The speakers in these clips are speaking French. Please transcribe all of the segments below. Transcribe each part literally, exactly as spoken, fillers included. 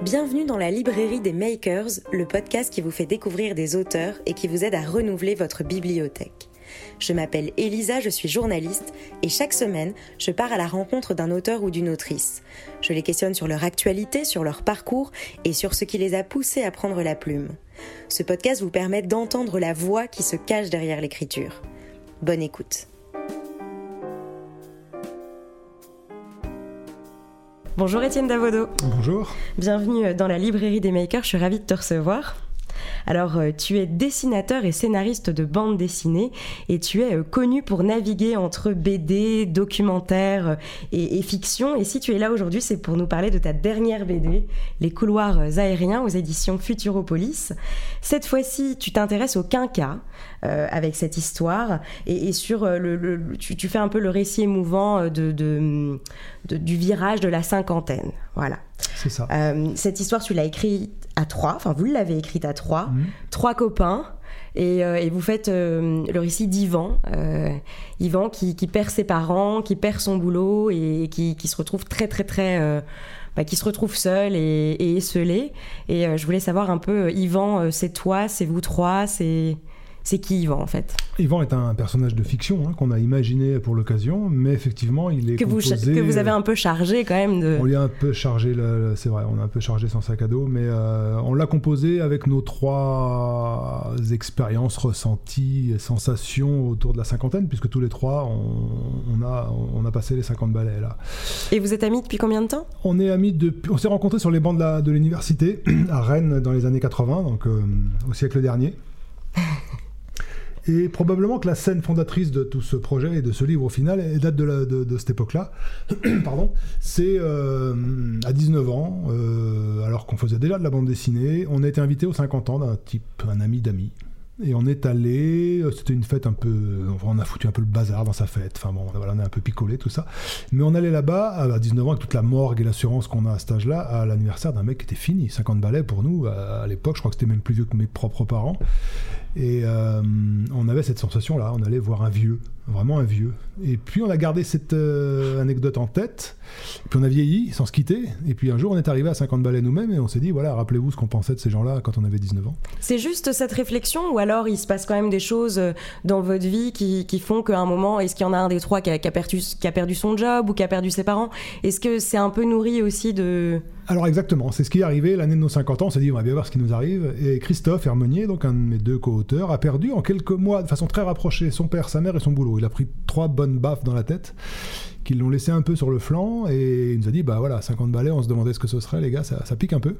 Bienvenue dans la librairie des Makers, le podcast qui vous fait découvrir des auteurs et qui vous aide à renouveler votre bibliothèque. Je m'appelle Elisa, je suis journaliste et chaque semaine, je pars à la rencontre d'un auteur ou d'une autrice. Je les questionne sur leur actualité, sur leur parcours et sur ce qui les a poussés à prendre la plume. Ce podcast vous permet d'entendre la voix qui se cache derrière l'écriture. Bonne écoute. Bonjour Étienne Davodo. Bonjour. Bienvenue dans la librairie des Makers, je suis ravie de te recevoir. Alors, tu es dessinateur et scénariste de bande dessinée et tu es connu pour naviguer entre B D, documentaire et, et fiction. Et si tu es là aujourd'hui, c'est pour nous parler de ta dernière B D, Les couloirs aériens aux éditions Futuropolis. Cette fois-ci, tu t'intéresses au quinquas euh, avec cette histoire et, et sur le, le tu, tu fais un peu le récit émouvant de, de, de, du virage de la cinquantaine. Voilà. C'est ça. Euh, cette histoire, tu l'as écrite à trois, enfin vous l'avez écrite à trois, mmh. trois copains, et, euh, et vous faites euh, le récit d'Yvan, euh, Yvan qui, qui perd ses parents, qui perd son boulot et qui, qui se retrouve très très très, euh, bah, qui se retrouve seul et, et esselé. Et euh, je voulais savoir un peu, Yvan, euh, c'est toi, c'est vous trois, c'est... C'est qui Yvan en fait ? Yvan est un personnage de fiction hein, qu'on a imaginé pour l'occasion, mais effectivement il est que composé... Vous, que vous avez un peu chargé quand même de... On lui a un peu chargé, le, c'est vrai, on a un peu chargé son sac à dos, mais euh, on l'a composé avec nos trois expériences, ressentis, sensations autour de la cinquantaine, puisque tous les trois, on, on, a, on a passé les cinquante balais là. Et vous êtes amis depuis combien de temps ? On est amis depuis... On s'est rencontrés sur les bancs de, la, de l'université, à Rennes, dans les années quatre-vingts, donc euh, au siècle dernier. Et probablement que la scène fondatrice de tout ce projet et de ce livre, au final, elle date de, la, de, de cette époque-là. Pardon. C'est euh, à dix-neuf ans, euh, alors qu'on faisait déjà de la bande dessinée, on a été invité aux cinquante ans d'un type, un ami d'amis. Et on est allé, c'était une fête un peu, on a foutu un peu le bazar dans sa fête, enfin bon, voilà, on est un peu picolé, tout ça. Mais on allait là-bas, à dix-neuf ans, avec toute la morgue et l'assurance qu'on a à cet âge-là, à l'anniversaire d'un mec qui était fini, cinquante balais pour nous, à, à l'époque, je crois que c'était même plus vieux que mes propres parents. Et euh, on avait cette sensation-là, on allait voir un vieux, vraiment un vieux. Et puis on a gardé cette euh, anecdote en tête, et puis on a vieilli sans se quitter, et puis un jour on est arrivé à cinquante balais nous-mêmes, et on s'est dit, voilà, rappelez-vous ce qu'on pensait de ces gens-là quand on avait dix-neuf ans. C'est juste cette réflexion, ou alors il se passe quand même des choses dans votre vie qui, qui font qu'à un moment, est-ce qu'il y en a un des trois qui a, qui, a perdu, qui a perdu son job, ou qui a perdu ses parents ? Est-ce que c'est un peu nourri aussi de... Alors exactement, c'est ce qui est arrivé l'année de nos cinquante ans, on s'est dit on va bien voir ce qui nous arrive, et Christophe Hermonier, donc un de mes deux co-auteurs, a perdu en quelques mois, de façon très rapprochée, son père, sa mère et son boulot. Il a pris trois bonnes baffes dans la tête, qui l'ont laissé un peu sur le flanc, et il nous a dit, bah voilà, cinquante balais, on se demandait ce que ce serait les gars, ça, ça pique un peu.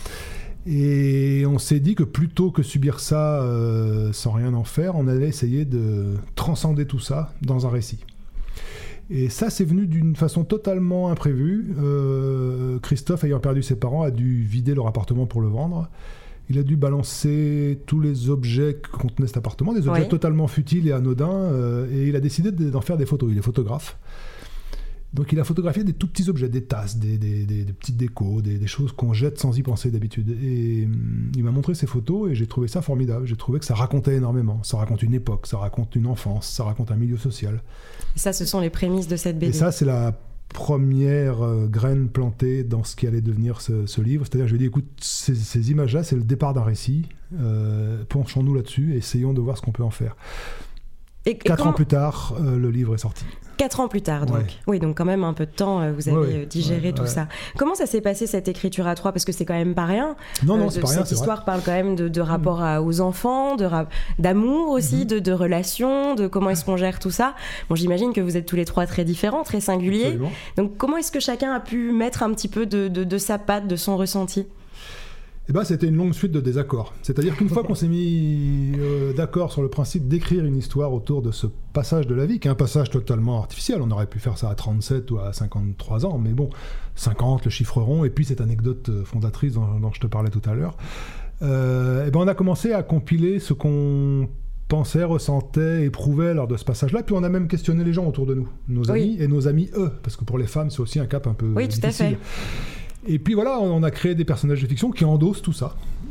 Et on s'est dit que plutôt que subir ça euh, sans rien en faire, on allait essayer de transcender tout ça dans un récit. Et ça, c'est venu d'une façon totalement imprévue. Euh, Christophe, ayant perdu ses parents, a dû vider leur appartement pour le vendre. Il a dû balancer tous les objets que contenait cet appartement, des objets oui. totalement futiles et anodins, euh, et il a décidé d'en faire des photos. Il est photographe. Donc il a photographié des tout petits objets, des tasses, des, des, des, des petites décos, des, des choses qu'on jette sans y penser d'habitude. Et hum, il m'a montré ces photos et j'ai trouvé ça formidable. J'ai trouvé que ça racontait énormément. Ça raconte une époque, ça raconte une enfance, ça raconte un milieu social. Et ça, ce sont les prémices de cette B D. Et ça, c'est la première euh, graine plantée dans ce qui allait devenir ce, ce livre. C'est-à-dire, je lui ai dit, écoute, ces, ces images-là, c'est le départ d'un récit. Euh, penchons-nous là-dessus et essayons de voir ce qu'on peut en faire. Et, et Quatre comment... ans plus tard, euh, le livre est sorti. Quatre ans plus tard, donc. Ouais. Oui, donc quand même un peu de temps, euh, vous avez ouais, ouais, digéré ouais, tout ouais. ça. Comment ça s'est passé, cette écriture à trois ? Parce que c'est quand même pas rien. Non, non, euh, c'est de, pas rien, cette c'est histoire vrai. parle quand même de, de rapport à, aux enfants, de ra- d'amour aussi, mm-hmm. de, de relations, de comment est-ce qu'on gère tout ça. Bon, j'imagine que vous êtes tous les trois très différents, très singuliers. Absolument. Donc comment est-ce que chacun a pu mettre un petit peu de, de, de sa patte, de son ressenti ? Eh ben, c'était une longue suite de désaccords. C'est-à-dire qu'une fois qu'on s'est mis euh, d'accord sur le principe d'écrire une histoire autour de ce passage de la vie, qui est un passage totalement artificiel, on aurait pu faire ça à trente-sept ou à cinquante-trois ans, mais bon, cinquante, le chiffre rond, et puis cette anecdote fondatrice dont, dont je te parlais tout à l'heure, euh, eh ben, on a commencé à compiler ce qu'on pensait, ressentait, éprouvait lors de ce passage-là, puis on a même questionné les gens autour de nous, nos amis, oui. et nos amis eux, parce que pour les femmes, c'est aussi un cap un peu oui, difficile. Tout à fait. Et puis voilà, on a créé des personnages de fiction qui endossent tout ça.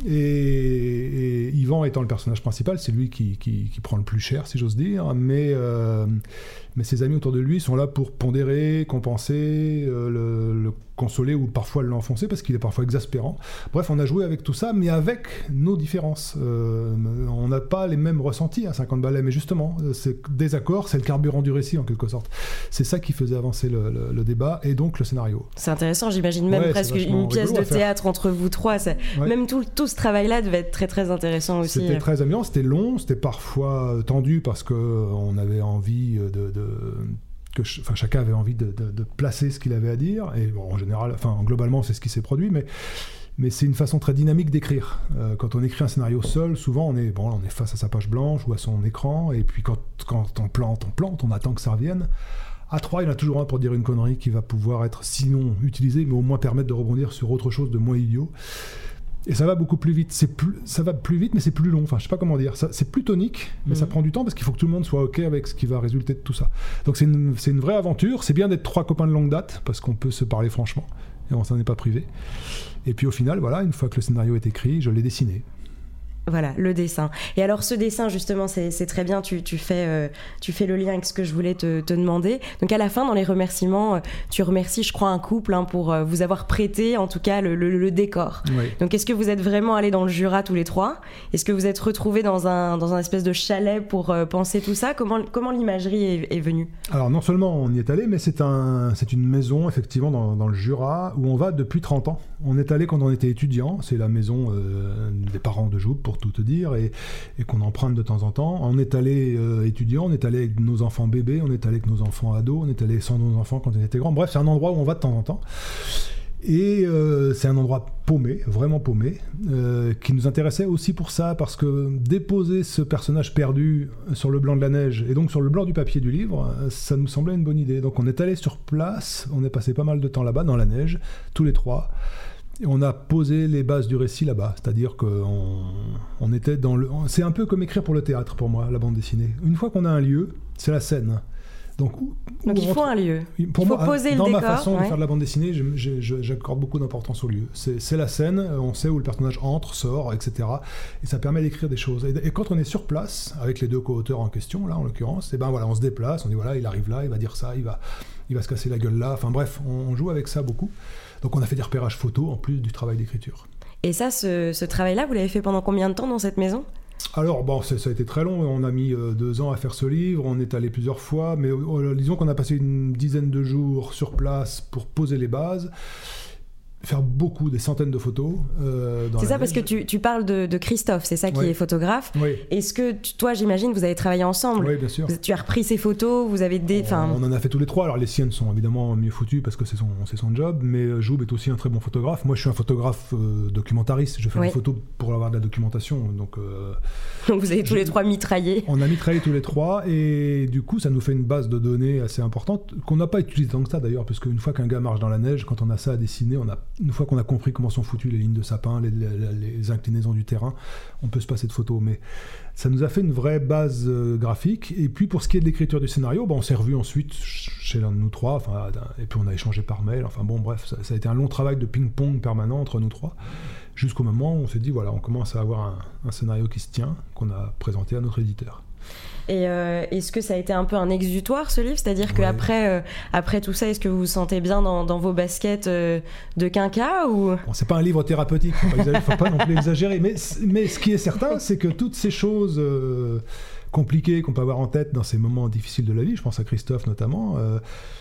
Et, et Yvan étant le personnage principal, c'est lui qui, qui, qui prend le plus cher, si j'ose dire. Mais, euh, mais ses amis autour de lui sont là pour pondérer, compenser, euh, le, le consoler ou parfois l'enfoncer parce qu'il est parfois exaspérant. Bref, on a joué avec tout ça, mais avec nos différences. Euh, on n'a pas les mêmes ressentis à cinquante balais, mais justement, ces désaccords, c'est le carburant du récit en quelque sorte. C'est ça qui faisait avancer le, le, le débat et donc le scénario. C'est intéressant, j'imagine même ouais, presque une pièce de théâtre entre vous trois. Ça, ouais. Même tout, tout ce travail-là devait être très très intéressant aussi. C'était très amusant, c'était long, c'était parfois tendu parce qu'on avait envie de... de que ch- enfin, chacun avait envie de, de, de placer ce qu'il avait à dire, et bon, en général, enfin, globalement, c'est ce qui s'est produit, mais, mais c'est une façon très dynamique d'écrire. Euh, quand on écrit un scénario seul, souvent, on est, bon, on est face à sa page blanche ou à son écran, et puis quand, quand on plante, on plante, on attend que ça revienne. À trois, il y en a toujours un pour dire une connerie qui va pouvoir être, sinon utilisée, mais au moins permettre de rebondir sur autre chose de moins idiot. Et ça va beaucoup plus vite. C'est plus, ça va plus vite, mais c'est plus long. Enfin, je sais pas comment dire. Ça, c'est plus tonique, mais mmh. ça prend du temps parce qu'il faut que tout le monde soit OK avec ce qui va résulter de tout ça. Donc c'est une, c'est une vraie aventure. C'est bien d'être trois copains de longue date parce qu'on peut se parler franchement et on s'en est pas privé. Et puis au final, voilà, une fois que le scénario est écrit, je l'ai dessiné. Voilà, le dessin. Et alors ce dessin, justement, c'est, c'est très bien, tu, tu, fais, euh, tu fais le lien avec ce que je voulais te, te demander. Donc à la fin, dans les remerciements, euh, tu remercies, je crois, un couple hein, pour euh, vous avoir prêté, en tout cas, le, le, le décor. Oui. Donc est-ce que vous êtes vraiment allés dans le Jura tous les trois ? Est-ce que vous êtes retrouvés dans un, dans un espèce de chalet pour euh, penser tout ça ? Comment, comment l'imagerie est, est venue ? Alors non seulement on y est allé, mais c'est, un, c'est une maison, effectivement, dans, dans le Jura, où on va depuis trente ans. On est allé quand on était étudiant, c'est la maison euh, des parents de Joub, pour tout te dire, et, et qu'on emprunte de temps en temps. On est allé euh, étudiant, on est allé avec nos enfants bébés, on est allé avec nos enfants ados, on est allé sans nos enfants quand on était grands. Bref, c'est un endroit où on va de temps en temps. Et euh, c'est un endroit paumé, vraiment paumé, euh, qui nous intéressait aussi pour ça, parce que déposer ce personnage perdu sur le blanc de la neige, et donc sur le blanc du papier du livre, ça nous semblait une bonne idée. Donc on est allé sur place, on est passé pas mal de temps là-bas, dans la neige, tous les trois. Et on a posé les bases du récit là-bas, c'est-à-dire qu'on on était dans le... C'est un peu comme écrire pour le théâtre pour moi, la bande dessinée. Une fois qu'on a un lieu, c'est la scène. Donc, où, Donc il faut rentre... un lieu. Pour il faut moi, poser le dans décor. Dans ma façon ouais. de faire de la bande dessinée, je, je, je, j'accorde beaucoup d'importance au lieu. C'est, c'est la scène, on sait où le personnage entre, sort, et cetera. Et ça permet d'écrire des choses. Et, et quand on est sur place, avec les deux co-auteurs en question, là en l'occurrence, et ben voilà, on se déplace, on dit voilà, il arrive là, il va dire ça, il va, il va se casser la gueule là. Enfin bref, on, on joue avec ça beaucoup. Donc on a fait des repérages photos en plus du travail d'écriture. Et ça, ce, ce travail-là, vous l'avez fait pendant combien de temps dans cette maison ? Alors, bon, ça, ça a été très long. On a mis euh, deux ans à faire ce livre. On est allé plusieurs fois. Mais euh, disons qu'on a passé une dizaine de jours sur place pour poser les bases. Faire beaucoup, des centaines de photos. Euh, dans c'est ça, neige. Parce que tu, tu parles de, de Christophe, c'est ça qui oui. est photographe. Oui. Est-ce que tu, toi, j'imagine, vous avez travaillé ensemble ? Oui, bien sûr. Tu as repris ses photos, vous avez des... On, on en a fait tous les trois. Alors les siennes sont évidemment mieux foutues parce que c'est son, c'est son job, mais Joub est aussi un très bon photographe. Moi, je suis un photographe euh, documentariste. Je fais oui. des photos pour avoir de la documentation. Donc, euh, donc vous avez tous les trois mitraillé. On a mitraillé tous les trois et du coup, ça nous fait une base de données assez importante qu'on n'a pas utilisée tant que ça d'ailleurs, parce qu'une fois qu'un gars marche dans la neige, quand on a ça à dessiner, on a, une fois qu'on a compris comment sont foutues les lignes de sapin, les, les, les inclinaisons du terrain, on peut se passer de photos, mais ça nous a fait une vraie base euh, graphique. Et puis pour ce qui est de l'écriture du scénario, bah, on s'est revus ensuite chez l'un de nous trois, enfin, et puis on a échangé par mail, enfin bon bref, ça, ça a été un long travail de ping-pong permanent entre nous trois, jusqu'au moment où on s'est dit voilà, on commence à avoir un, un scénario qui se tient, qu'on a présenté à notre éditeur. Et euh, est-ce que ça a été un peu un exutoire, ce livre ? C'est-à-dire ouais. qu'après euh, après tout ça, est-ce que vous vous sentez bien dans, dans vos baskets euh, de quinca ou... Bon, c'est pas un livre thérapeutique, il faut, faut pas non plus exagérer. Mais, mais ce qui est certain, c'est que toutes ces choses euh, compliquées qu'on peut avoir en tête dans ces moments difficiles de la vie, je pense à Christophe notamment... Euh,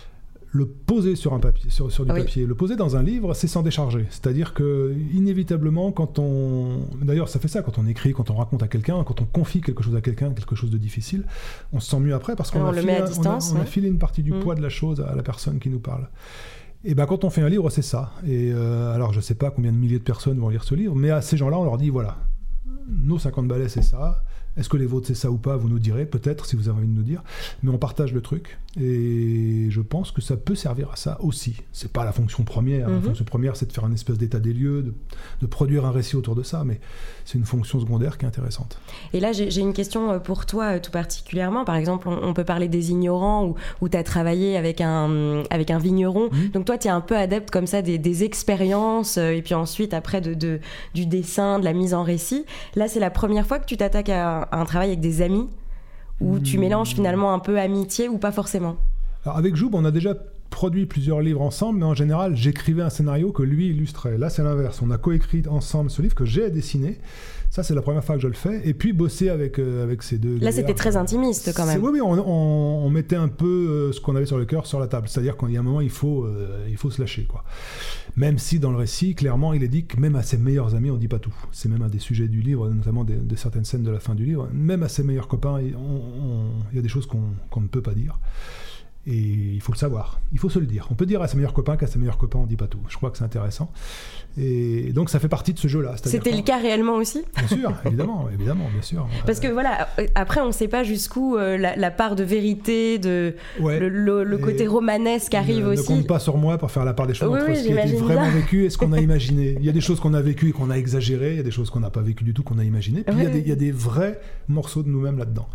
le poser sur un papier, sur, sur du oui. papier, le poser dans un livre, c'est s'en décharger. C'est-à-dire que inévitablement, quand on, d'ailleurs, ça fait ça quand on écrit, quand on raconte à quelqu'un, quand on confie quelque chose à quelqu'un, quelque chose de difficile, on se sent mieux après parce qu'on on a, le filé, met à distance, on a, on a ouais. filé une partie du mmh. poids de la chose à la personne qui nous parle. Et ben quand on fait un livre, c'est ça. Et euh, alors, je sais pas combien de milliers de personnes vont lire ce livre, mais à ces gens-là, on leur dit voilà, nos cinquante balais, c'est ça. Est-ce que les vôtres c'est ça ou pas? Vous nous direz peut-être si vous avez envie de nous dire. Mais on partage le truc et je pense que ça peut servir à ça aussi. C'est pas la fonction première. Mm-hmm. La fonction première c'est de faire un espèce d'état des lieux, de, de produire un récit autour de ça, mais c'est une fonction secondaire qui est intéressante. Et là j'ai, j'ai une question pour toi tout particulièrement. Par exemple, on, on peut parler des ignorants où, où tu as travaillé avec un, avec un vigneron. Mm-hmm. Donc toi tu es un peu adepte comme ça des, des expériences et puis ensuite après de, de, du dessin, de la mise en récit. Là c'est la première fois que tu t'attaques à un travail avec des amis où tu mélanges finalement un peu amitié ou pas forcément? Alors avec Joub, on a déjà produit plusieurs livres ensemble, mais en général, j'écrivais un scénario que lui illustrait. Là, c'est l'inverse. On a coécrit ensemble ce livre que j'ai dessiné. Ça, c'est la première fois que je le fais. Et puis, bosser avec, euh, avec ces deux... Là, c'était très intimiste, quand même. Oui, oui, on, on, on mettait un peu euh, ce qu'on avait sur le cœur sur la table. C'est-à-dire qu'il y a un moment, il faut, euh, il faut se lâcher, quoi. Même si, dans le récit, clairement, il est dit que même à ses meilleurs amis, on ne dit pas tout. C'est même un des sujets du livre, notamment des, de certaines scènes de la fin du livre. Même à ses meilleurs copains, il y a des choses qu'on, qu'on ne peut pas dire. Et il faut le savoir, il faut se le dire. On peut dire à ses meilleurs copains qu'à ses meilleurs copains on dit pas tout. Je crois que c'est intéressant. Et donc ça fait partie de ce jeu-là. C'était le cas réellement aussi ? Bien sûr, évidemment, évidemment, bien sûr. Parce que voilà, après on ne sait pas jusqu'où euh, la, la part de vérité, de ouais. le, le, le côté romanesque arrive ne, aussi. Ne compte pas sur moi pour faire la part des choses oui, entre oui, ce qui a été vraiment bien. vécu et ce qu'on a imaginé. Il y a des choses qu'on a vécues et qu'on a exagérées, il y a des choses qu'on n'a pas vécues du tout qu'on a imaginées. Puis ouais. il, y a des, il y a des vrais morceaux de nous-mêmes là-dedans.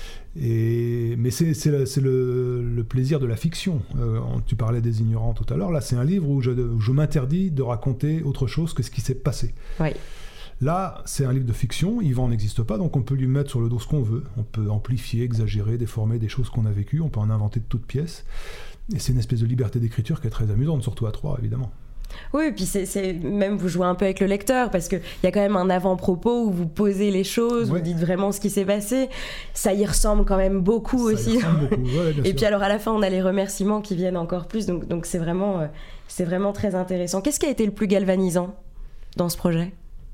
Et, mais c'est, c'est, le, c'est le, le plaisir de la fiction. Euh, tu parlais des ignorants tout à l'heure. Là, c'est un livre où je, où je m'interdis de raconter autre chose que ce qui s'est passé. Oui. Là, c'est un livre de fiction. Yvan n'existe pas, donc on peut lui mettre sur le dos ce qu'on veut. On peut amplifier, exagérer, déformer des choses qu'on a vécues. On peut en inventer de toutes pièces. Et c'est une espèce de liberté d'écriture qui est très amusante, surtout à trois, évidemment. Oui, et puis c'est, c'est, même vous jouez un peu avec le lecteur parce qu'il y a quand même un avant-propos où vous posez les choses, ouais. vous dites vraiment ce qui s'est passé. Ça y ressemble quand même beaucoup ça aussi. Y ressemble beaucoup. Ouais, bien et sûr. Puis alors à la fin, on a les remerciements qui viennent encore plus. Donc, donc c'est, vraiment, euh, c'est vraiment très intéressant. Qu'est-ce qui a été le plus galvanisant dans ce projet ?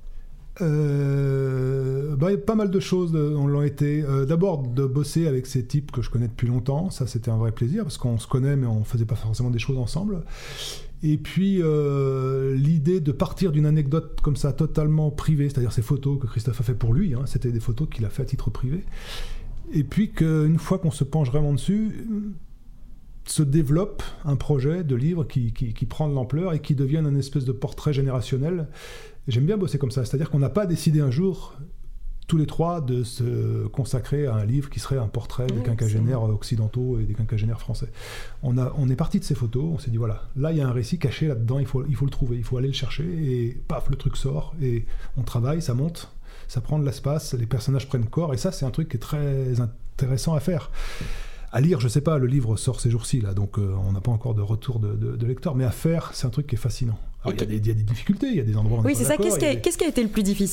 Euh, bah, pas mal de choses on l'a été. Euh, d'abord de bosser avec ces types que je connais depuis longtemps, ça c'était un vrai plaisir parce qu'on se connaît mais on faisait pas forcément des choses ensemble. Et puis euh, l'idée de partir d'une anecdote comme ça totalement privée, c'est-à-dire ces photos que Christophe a fait pour lui, hein, c'était des photos qu'il a fait à titre privé. Et puis qu'une fois qu'on se penche vraiment dessus, se développe un projet de livre qui, qui, qui prend de l'ampleur et qui devienne un espèce de portrait générationnel. Et j'aime bien bosser comme ça, c'est-à-dire qu'on n'a pas décidé un jour, tous les trois, de se consacrer à un livre qui serait un portrait des oui, quinquagénaires occidentaux et des quinquagénaires français. On, a, on est parti de ces photos, on s'est dit voilà, là il y a un récit caché là-dedans, il faut, il faut le trouver, il faut aller le chercher, et paf, le truc sort, et on travaille, ça monte, ça prend de l'espace, les personnages prennent corps, et ça c'est un truc qui est très intéressant à faire. À lire, je sais pas, le livre sort ces jours-ci, là, donc euh, on n'a pas encore de retour de, de, de lecteur, mais à faire, c'est un truc qui est fascinant. Alors, il y, y a des difficultés, il y a des endroits où on oui, est c'est pas ça. d'accord. Qu'est-ce qui, a, des... qu'est-ce qui a été le plus difficile ?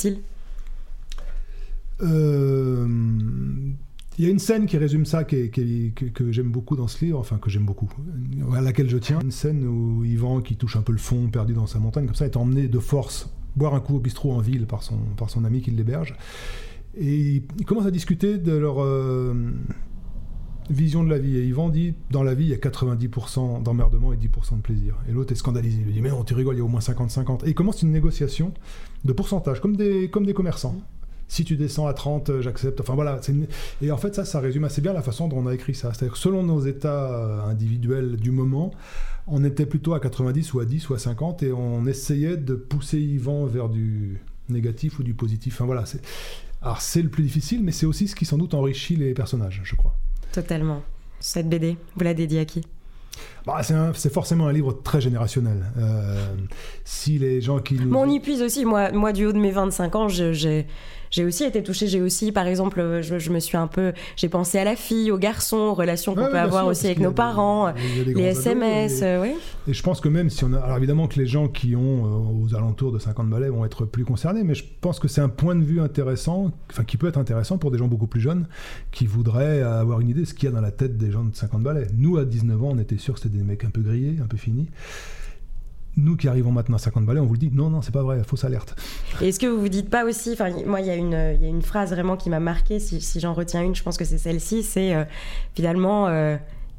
Euh, il y a une scène qui résume ça, qui est, qui est, que, que j'aime beaucoup dans ce livre, enfin que j'aime beaucoup, à laquelle je tiens. Une scène où Yvan, qui touche un peu le fond, perdu dans sa montagne, comme ça, est emmené de force boire un coup au bistrot en ville par son, par son ami qui l'héberge. Et ils commencent à discuter de leur euh, vision de la vie. Et Yvan dit, dans la vie, il y a quatre-vingt-dix pour cent d'emmerdement et dix pour cent de plaisir. Et l'autre est scandalisé. Il lui dit, mais non, tu rigoles, il y a au moins cinquante cinquante. Et il commence une négociation de pourcentage, comme des, comme des commerçants. Si tu descends à trente, j'accepte. Enfin voilà. C'est une... Et en fait, ça, ça résume assez bien la façon dont on a écrit ça. C'est-à-dire que selon nos états individuels du moment, on était plutôt à quatre-vingt-dix ou à dix ou à cinquante et on essayait de pousser Yvan vers du négatif ou du positif. Enfin voilà. C'est... Alors c'est le plus difficile, mais c'est aussi ce qui sans doute enrichit les personnages, je crois. Totalement. Cette B D, vous la dédiez à qui ? Bah, c'est, un, c'est forcément un livre très générationnel. Euh, si les gens qui nous... Mais on y puise aussi. Moi, moi du haut de mes vingt-cinq ans, je, j'ai, j'ai aussi été touchée. J'ai aussi, par exemple, je, je me suis un peu... J'ai pensé à la fille, aux garçons, aux relations qu'on ouais, peut avoir sûr, aussi avec nos des, parents, les S M S. Et, oui. et je pense que même si on a... Alors évidemment que les gens qui ont euh, aux alentours de cinquante balais vont être plus concernés, mais je pense que c'est un point de vue intéressant, enfin qui peut être intéressant pour des gens beaucoup plus jeunes qui voudraient avoir une idée de ce qu'il y a dans la tête des gens de cinquante balais. Nous, à dix-neuf ans, on était sûr que c'était des mecs un peu grillés, un peu finis. Nous qui arrivons maintenant à cinquante balais, on vous le dit, non, non, c'est pas vrai, fausse alerte. Et est-ce que vous vous dites pas aussi, enfin, moi, il y a une, il y a une phrase vraiment qui m'a marquée, si, si j'en retiens une, je pense que c'est celle-ci, c'est euh, finalement, euh,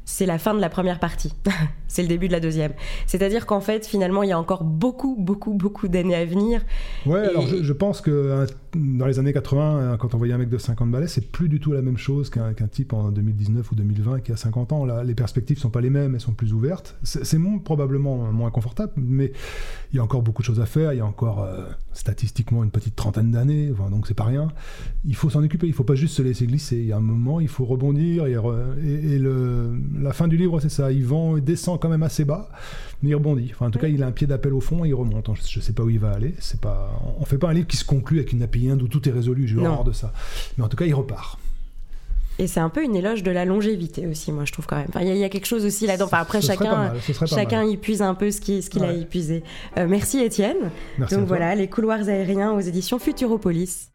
c'est la fin de la première partie. C'est le début de la deuxième. C'est-à-dire qu'en fait, finalement, il y a encore beaucoup, beaucoup, beaucoup d'années à venir. Ouais, et... alors je, je pense que hein, dans les années quatre-vingts, quand on voyait un mec de cinquante balais, c'est plus du tout la même chose qu'un, qu'un type en deux mille dix-neuf ou deux mille vingt qui a cinquante ans. Là, les perspectives sont pas les mêmes, elles sont plus ouvertes. C'est, c'est mon, probablement moins confortable, mais il y a encore beaucoup de choses à faire. Il y a encore euh, statistiquement une petite trentaine d'années, enfin, donc c'est pas rien. Il faut s'en occuper, il faut pas juste se laisser glisser. Il y a un moment, il faut rebondir. Et, et, et le, la fin du livre, c'est ça. Yvan descend quand même assez bas, mais il rebondit. Enfin, en tout oui. cas, il a un pied d'appel au fond et il remonte. Je sais pas où il va aller. C'est pas, on fait pas un livre qui se conclut avec une happy end où tout est résolu. J'ai horreur de ça. Mais en tout cas, il repart. Et c'est un peu une éloge de la longévité aussi, moi, je trouve quand même. Enfin, il y, y a quelque chose aussi là-dedans. Enfin, après, ce chacun, chacun y puise un peu ce, qui, ce qu'il ouais. a épuisé. Euh, merci, Étienne. Merci. Donc voilà, Les couloirs aériens aux éditions Futuropolis.